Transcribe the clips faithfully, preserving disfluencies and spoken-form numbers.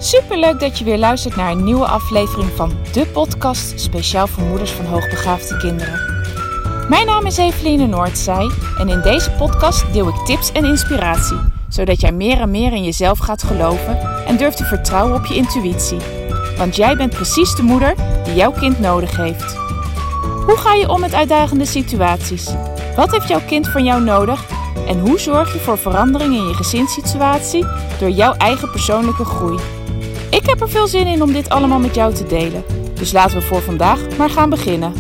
Superleuk dat je weer luistert naar een nieuwe aflevering van de podcast speciaal voor moeders van hoogbegaafde kinderen. Mijn naam is Eveline Noordzij en in deze podcast deel ik tips en inspiratie, zodat jij meer en meer in jezelf gaat geloven en durft te vertrouwen op je intuïtie. Want jij bent precies de moeder die jouw kind nodig heeft. Hoe ga je om met uitdagende situaties? Wat heeft jouw kind van jou nodig? En hoe zorg je voor verandering in je gezinssituatie door jouw eigen persoonlijke groei? Ik heb er veel zin in om dit allemaal met jou te delen. Dus laten we voor vandaag maar gaan beginnen.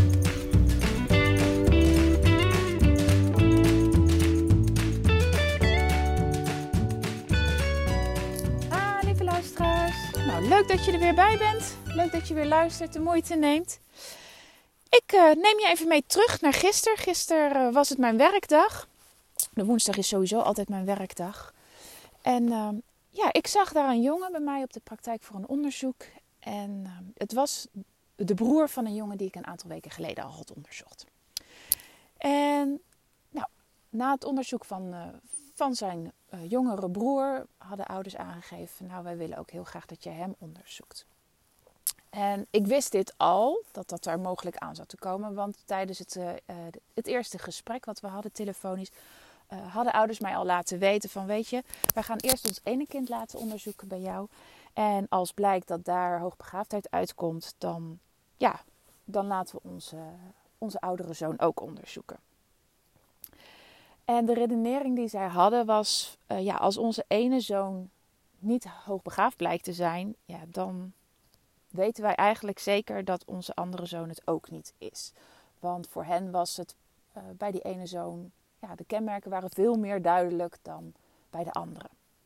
Ah, lieve luisteraars. Nou, leuk dat je er weer bij bent. Leuk dat je weer luistert, de moeite neemt. Ik uh, neem je even mee terug naar gisteren. Gisteren uh, was het mijn werkdag. De woensdag is sowieso altijd mijn werkdag. En uh, ja, ik zag daar een jongen bij mij op de praktijk voor een onderzoek. En uh, het was de broer van een jongen die ik een aantal weken geleden al had onderzocht. En nou, na het onderzoek van, uh, van zijn uh, jongere broer hadden ouders aangegeven, nou, wij willen ook heel graag dat je hem onderzoekt. En ik wist dit al, dat dat er mogelijk aan zou te komen. Want tijdens het, uh, het eerste gesprek wat we hadden telefonisch, uh, hadden ouders mij al laten weten van, weet je, wij gaan eerst ons ene kind laten onderzoeken bij jou. En als blijkt dat daar hoogbegaafdheid uitkomt, dan, ja, dan laten we onze, onze oudere zoon ook onderzoeken. En de redenering die zij hadden was, uh, ja, als onze ene zoon niet hoogbegaafd blijkt te zijn, ja, dan weten wij eigenlijk zeker dat onze andere zoon het ook niet is. Want voor hen was het uh, bij die ene zoon, ja, de kenmerken waren veel meer duidelijk dan bij de andere.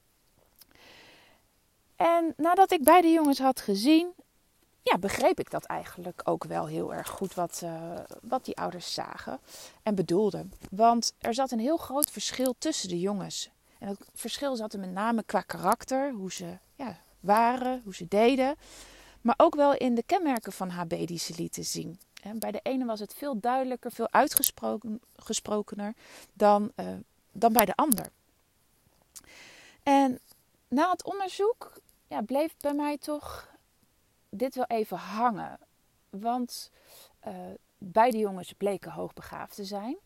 En nadat ik beide jongens had gezien, ja, begreep ik dat eigenlijk ook wel heel erg goed wat, uh, wat die ouders zagen en bedoelden. Want er zat een heel groot verschil tussen de jongens. En dat verschil zat er met name qua karakter, hoe ze ja, waren, hoe ze deden. Maar ook wel in de kenmerken van H B die ze lieten zien. Bij de ene was het veel duidelijker, veel uitgesprokener dan, uh, dan bij de ander. En na het onderzoek ja, bleef bij mij toch dit wel even hangen. Want uh, beide jongens bleken hoogbegaafd te zijn.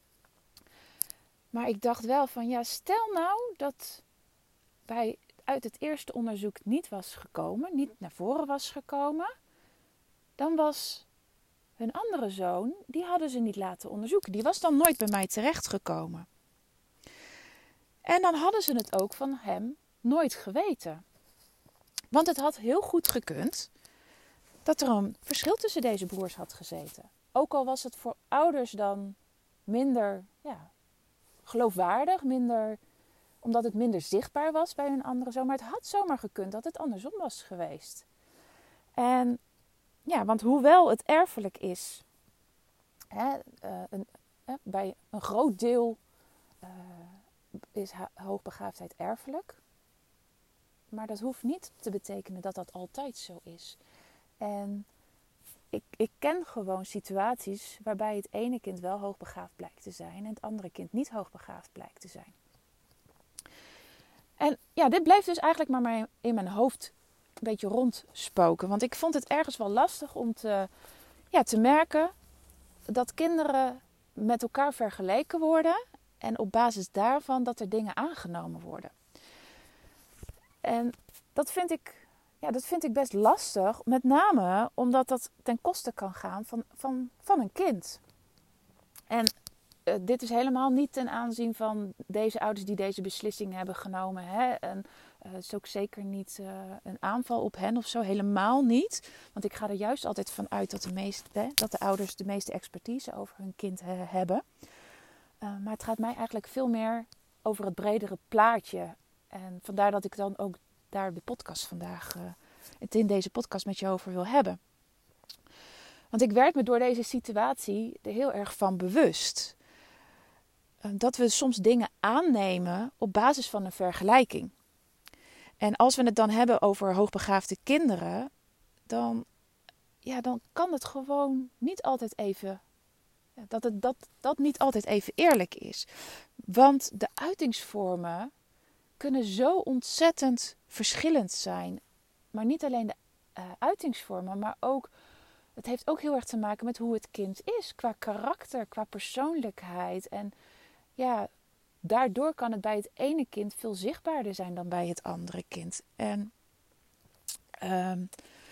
Maar ik dacht wel van, ja, stel nou dat bij uit het eerste onderzoek niet was gekomen, niet naar voren was gekomen, dan was hun andere zoon, die hadden ze niet laten onderzoeken. Die was dan nooit bij mij terechtgekomen. En dan hadden ze het ook van hem nooit geweten. Want het had heel goed gekund dat er een verschil tussen deze broers had gezeten. Ook al was het voor ouders dan minder ja, geloofwaardig, minder, omdat het minder zichtbaar was bij hun andere zoon. Maar het had zomaar gekund dat het andersom was geweest. En ja, want hoewel het erfelijk is, hè, uh, een, uh, bij een groot deel uh, is ha- hoogbegaafdheid erfelijk. Maar dat hoeft niet te betekenen dat dat altijd zo is. En ik, ik ken gewoon situaties waarbij het ene kind wel hoogbegaafd blijkt te zijn en het andere kind niet hoogbegaafd blijkt te zijn. En ja, dit bleef dus eigenlijk maar in mijn hoofd een beetje rondspoken. Want ik vond het ergens wel lastig om te, ja, te merken dat kinderen met elkaar vergeleken worden. En op basis daarvan dat er dingen aangenomen worden. En dat vind ik, ja, dat vind ik best lastig. Met name omdat dat ten koste kan gaan van, van, van een kind. En Uh, dit is helemaal niet ten aanzien van deze ouders die deze beslissing hebben genomen. Hè? En uh, het is ook zeker niet uh, een aanval op hen of zo. Helemaal niet. Want ik ga er juist altijd van uit dat de, meeste, dat de ouders de meeste expertise over hun kind uh, hebben. Uh, maar het gaat mij eigenlijk veel meer over het bredere plaatje. En vandaar dat ik dan ook daar de podcast vandaag, uh, het in deze podcast met je over wil hebben. Want ik werd me door deze situatie er heel erg van bewust. Dat we soms dingen aannemen op basis van een vergelijking. En als we het dan hebben over hoogbegaafde kinderen, dan, ja, dan kan het gewoon niet altijd even, dat het dat, dat niet altijd even eerlijk is. Want de uitingsvormen kunnen zo ontzettend verschillend zijn. maar niet alleen de uh, uitingsvormen, maar ook, het heeft ook heel erg te maken met hoe het kind is. Qua karakter, qua persoonlijkheid. En ja, daardoor kan het bij het ene kind veel zichtbaarder zijn dan bij het andere kind. En um,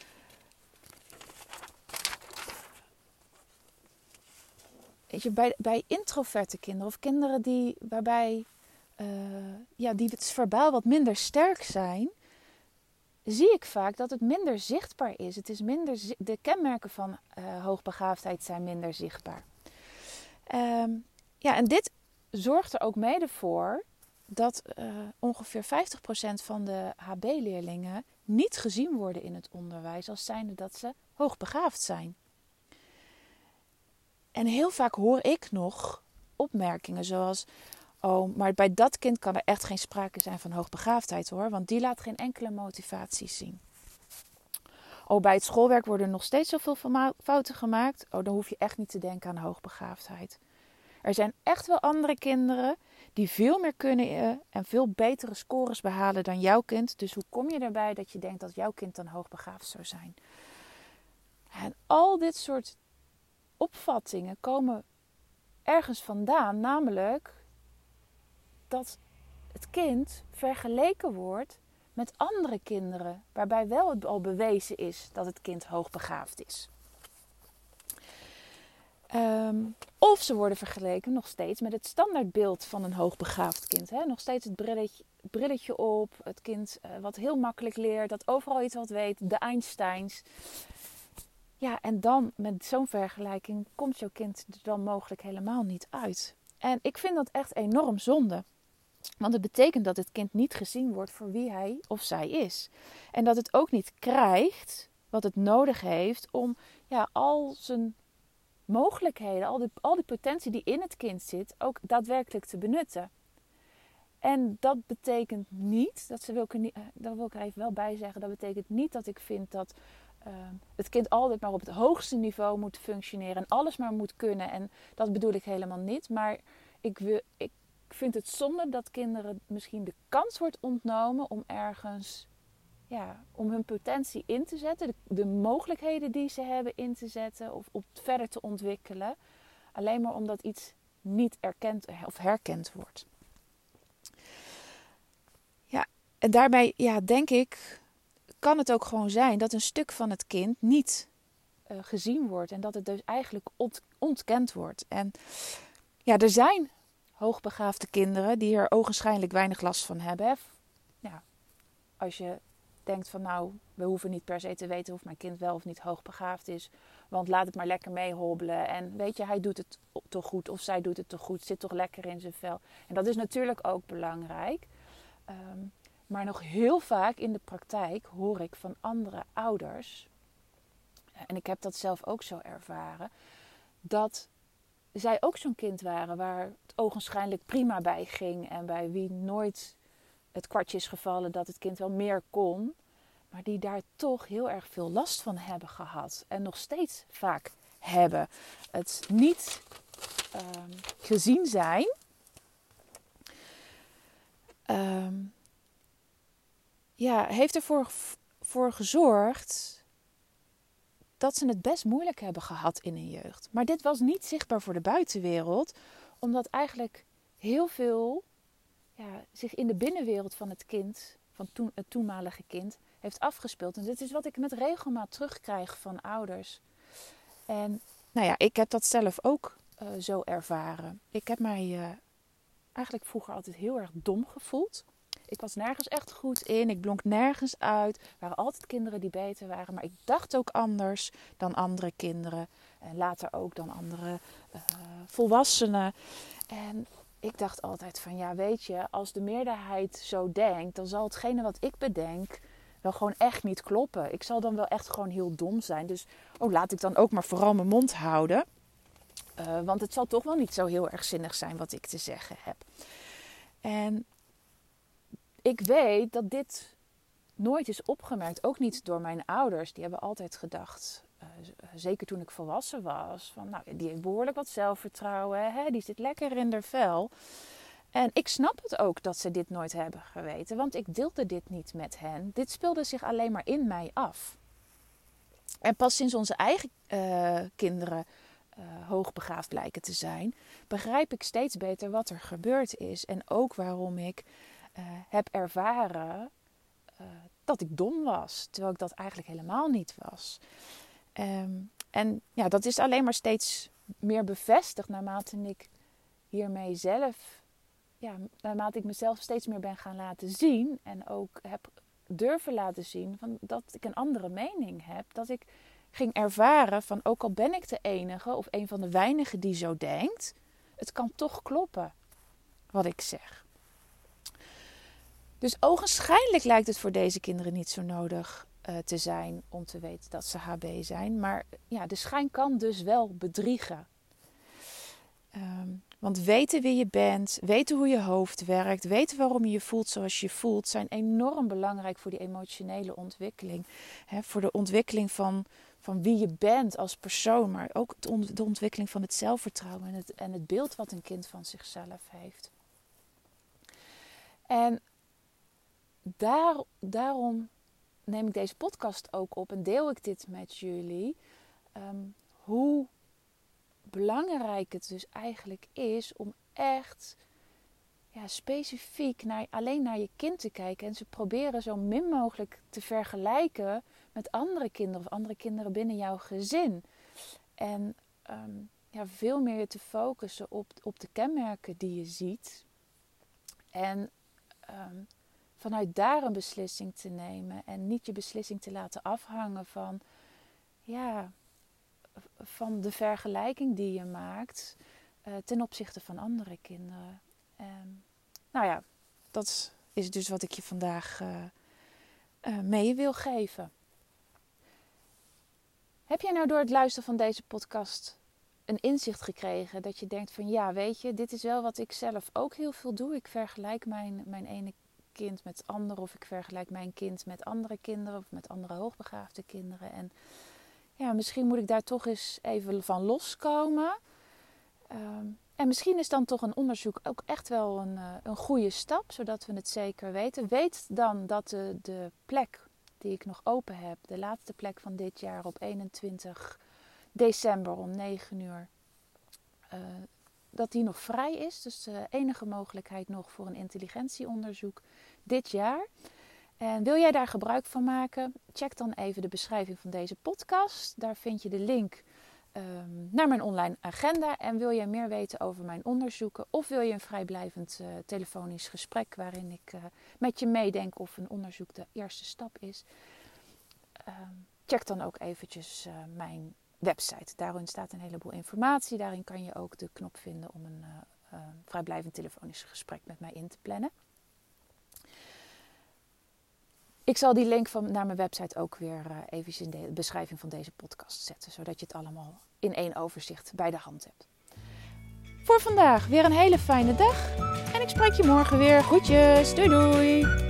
weet je, bij, bij introverte kinderen of kinderen die, waarbij uh, ja, die het verbaal wat minder sterk zijn, zie ik vaak dat het minder zichtbaar is. Het is minder, de kenmerken van uh, hoogbegaafdheid zijn minder zichtbaar. Um, ja, en dit zorgt er ook mede voor dat uh, ongeveer vijftig procent van de H B-leerlingen niet gezien worden in het onderwijs als zijnde dat ze hoogbegaafd zijn. En heel vaak hoor ik nog opmerkingen zoals: oh, maar bij dat kind kan er echt geen sprake zijn van hoogbegaafdheid hoor, want die laat geen enkele motivatie zien. Oh, bij het schoolwerk worden er nog steeds zoveel fouten gemaakt. Oh, dan hoef je echt niet te denken aan hoogbegaafdheid. Er zijn echt wel andere kinderen die veel meer kunnen en veel betere scores behalen dan jouw kind. Dus hoe kom je erbij dat je denkt dat jouw kind dan hoogbegaafd zou zijn? En al dit soort opvattingen komen ergens vandaan, namelijk dat het kind vergeleken wordt met andere kinderen, waarbij wel het al bewezen is dat het kind hoogbegaafd is. Um, of ze worden vergeleken nog steeds met het standaardbeeld van een hoogbegaafd kind. Hè? Nog steeds het brilletje, brilletje op, het kind uh, wat heel makkelijk leert, dat overal iets wat weet, de Einsteins. Ja, en dan met zo'n vergelijking komt jouw kind er dan mogelijk helemaal niet uit. En ik vind dat echt enorm zonde. Want het betekent dat het kind niet gezien wordt voor wie hij of zij is. En dat het ook niet krijgt wat het nodig heeft om ja, al zijn mogelijkheden, al die, al die potentie die in het kind zit, ook daadwerkelijk te benutten. En dat betekent niet, dat, ze wil ik, dat wil ik er even wel bij zeggen, dat betekent niet dat ik vind dat uh, het kind altijd maar op het hoogste niveau moet functioneren en alles maar moet kunnen. En dat bedoel ik helemaal niet. Maar ik, wil, ik vind het zonde dat kinderen misschien de kans wordt ontnomen om ergens, ja, om hun potentie in te zetten, de, de mogelijkheden die ze hebben in te zetten of op verder te ontwikkelen. Alleen maar omdat iets niet erkend of herkend wordt. Ja, en daarbij ja, denk ik, kan het ook gewoon zijn dat een stuk van het kind niet uh, gezien wordt. En dat het dus eigenlijk ont- ontkend wordt. En ja, er zijn hoogbegaafde kinderen die er ogenschijnlijk weinig last van hebben. Hè? Ja, als je denkt van nou, we hoeven niet per se te weten of mijn kind wel of niet hoogbegaafd is. Want laat het maar lekker meehobbelen. En weet je, hij doet het toch goed of zij doet het toch goed. Zit toch lekker in zijn vel. En dat is natuurlijk ook belangrijk. Um, maar nog heel vaak in de praktijk hoor ik van andere ouders, en ik heb dat zelf ook zo ervaren, dat zij ook zo'n kind waren waar het ogenschijnlijk prima bij ging en bij wie nooit het kwartje is gevallen dat het kind wel meer kon, maar die daar toch heel erg veel last van hebben gehad en nog steeds vaak hebben. Het niet um, gezien zijn. Um, ja, heeft ervoor voor gezorgd dat ze het best moeilijk hebben gehad in hun jeugd. Maar dit was niet zichtbaar voor de buitenwereld, omdat eigenlijk heel veel ja, zich in de binnenwereld van het kind, van toen, het toenmalige kind, heeft afgespeeld. En dit is wat ik met regelmaat terugkrijg van ouders. En nou ja, ik heb dat zelf ook uh, zo ervaren. Ik heb mij uh, eigenlijk vroeger altijd heel erg dom gevoeld. Ik was nergens echt goed in. Ik blonk nergens uit. Er waren altijd kinderen die beter waren. Maar ik dacht ook anders dan andere kinderen. En later ook dan andere uh, volwassenen. En ik dacht altijd van ja, weet je, als de meerderheid zo denkt, dan zal hetgene wat ik bedenk wel gewoon echt niet kloppen. Ik zal dan wel echt gewoon heel dom zijn. Dus oh, laat ik dan ook maar vooral mijn mond houden. Uh, want het zal toch wel niet zo heel erg zinnig zijn wat ik te zeggen heb. En ik weet dat dit nooit is opgemerkt. Ook niet door mijn ouders. Die hebben altijd gedacht, uh, zeker toen ik volwassen was, van nou, die heeft behoorlijk wat zelfvertrouwen. Hè? Die zit lekker in haar vel. En ik snap het ook dat ze dit nooit hebben geweten, want ik deelde dit niet met hen. Dit speelde zich alleen maar in mij af. En pas sinds onze eigen uh, kinderen uh, hoogbegaafd blijken te zijn, begrijp ik steeds beter wat er gebeurd is. En ook waarom ik uh, heb ervaren uh, dat ik dom was, terwijl ik dat eigenlijk helemaal niet was. Um, en ja, dat is alleen maar steeds meer bevestigd naarmate ik hiermee zelf, ja, naarmate ik mezelf steeds meer ben gaan laten zien en ook heb durven laten zien van dat ik een andere mening heb. Dat ik ging ervaren van, ook al ben ik de enige of een van de weinigen die zo denkt, het kan toch kloppen wat ik zeg. Dus ogenschijnlijk lijkt het voor deze kinderen niet zo nodig uh, te zijn om te weten dat ze H B zijn. Maar ja, de schijn kan dus wel bedriegen. Um, want weten wie je bent, weten hoe je hoofd werkt, weten waarom je je voelt zoals je voelt, zijn enorm belangrijk voor die emotionele ontwikkeling. He, voor de ontwikkeling van, van wie je bent als persoon, maar ook de ontwikkeling van het zelfvertrouwen en het, en het beeld wat een kind van zichzelf heeft. En daar, daarom neem ik deze podcast ook op en deel ik dit met jullie. Um, hoe belangrijk het dus eigenlijk is om echt ja, specifiek naar, alleen naar je kind te kijken. En ze proberen zo min mogelijk te vergelijken met andere kinderen of andere kinderen binnen jouw gezin. En um, ja, veel meer te focussen op, op de kenmerken die je ziet. En um, vanuit daar een beslissing te nemen. En niet je beslissing te laten afhangen van, ja, van de vergelijking die je maakt uh, ten opzichte van andere kinderen. Um, nou ja, dat is dus wat ik je vandaag uh, uh, mee wil geven. Heb jij nou door het luisteren van deze podcast een inzicht gekregen dat je denkt van, ja, weet je, dit is wel wat ik zelf ook heel veel doe. Ik vergelijk mijn, mijn ene kind met andere, of ik vergelijk mijn kind met andere kinderen of met andere hoogbegaafde kinderen. En ja, misschien moet ik daar toch eens even van loskomen. Um, en misschien is dan toch een onderzoek ook echt wel een, uh, een goede stap, zodat we het zeker weten. Weet dan dat de, de plek die ik nog open heb, de laatste plek van dit jaar op eenentwintig december om negen uur, uh, dat die nog vrij is. Dus de enige mogelijkheid nog voor een intelligentieonderzoek dit jaar. En wil jij daar gebruik van maken? Check dan even de beschrijving van deze podcast. Daar vind je de link um, naar mijn online agenda. En wil jij meer weten over mijn onderzoeken? Of wil je een vrijblijvend uh, telefonisch gesprek waarin ik uh, met je meedenk of een onderzoek de eerste stap is? Um, check dan ook eventjes uh, mijn website. Daarin staat een heleboel informatie. Daarin kan je ook de knop vinden om een uh, uh, vrijblijvend telefonisch gesprek met mij in te plannen. Ik zal die link van, naar mijn website ook weer uh, even in de beschrijving van deze podcast zetten. Zodat je het allemaal in één overzicht bij de hand hebt. Voor vandaag weer een hele fijne dag. En ik spreek je morgen weer. Groetjes. Doei doei.